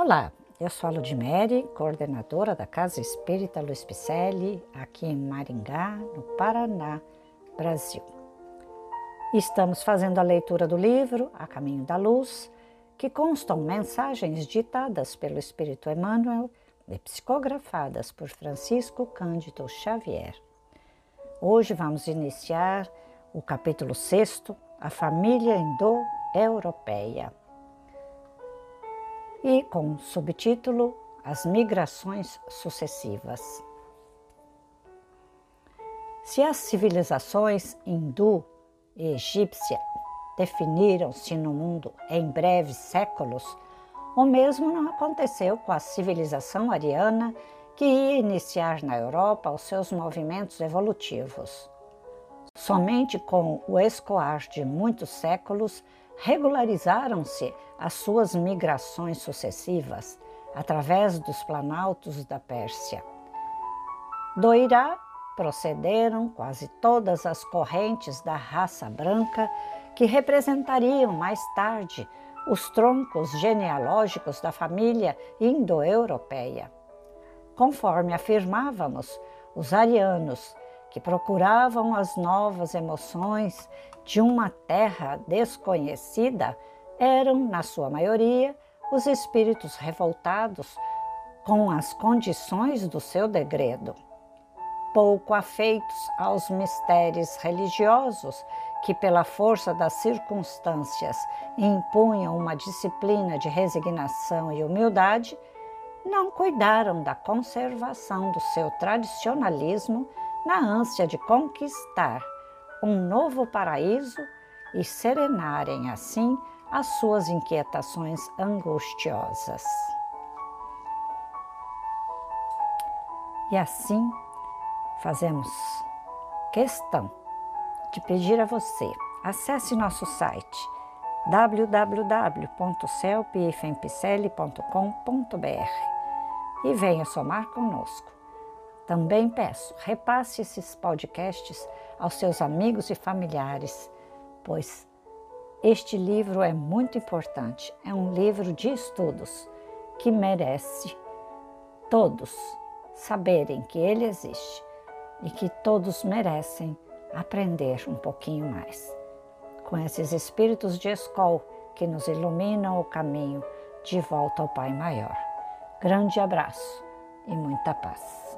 Olá, eu sou a Ludmere, coordenadora da Casa Espírita Luiz Picelli, aqui em Maringá, no Paraná, Brasil. Estamos fazendo a leitura do livro A Caminho da Luz, que constam mensagens ditadas pelo Espírito Emmanuel e psicografadas por Francisco Cândido Xavier. Hoje vamos iniciar o capítulo 6, A Família Indo-Europeia, e com o subtítulo As Migrações Sucessivas. Se as civilizações hindu e egípcia definiram-se no mundo em breves séculos, o mesmo não aconteceu com a civilização ariana, que ia iniciar na Europa os seus movimentos evolutivos. Somente com o escoar de muitos séculos regularizaram-se as suas migrações sucessivas através dos planaltos da Pérsia. Do Irá procederam quase todas as correntes da raça branca que representariam mais tarde os troncos genealógicos da família indo-europeia. Conforme afirmávamos, os arianos, que procuravam as novas emoções de uma terra desconhecida, eram, na sua maioria, os espíritos revoltados com as condições do seu degredo. Pouco afeitos aos mistérios religiosos que, pela força das circunstâncias, impunham uma disciplina de resignação e humildade, não cuidaram da conservação do seu tradicionalismo na ânsia de conquistar um novo paraíso e serenarem assim as suas inquietações angustiosas. E assim, fazemos questão de pedir a você, acesse nosso site www.celpifempicelli.com.br e venha somar conosco. Também peço, repasse esses podcasts aos seus amigos e familiares, pois este livro é muito importante. É um livro de estudos que merece todos saberem que ele existe e que todos merecem aprender um pouquinho mais. Com esses espíritos de escol que nos iluminam o caminho de volta ao Pai Maior. Grande abraço e muita paz.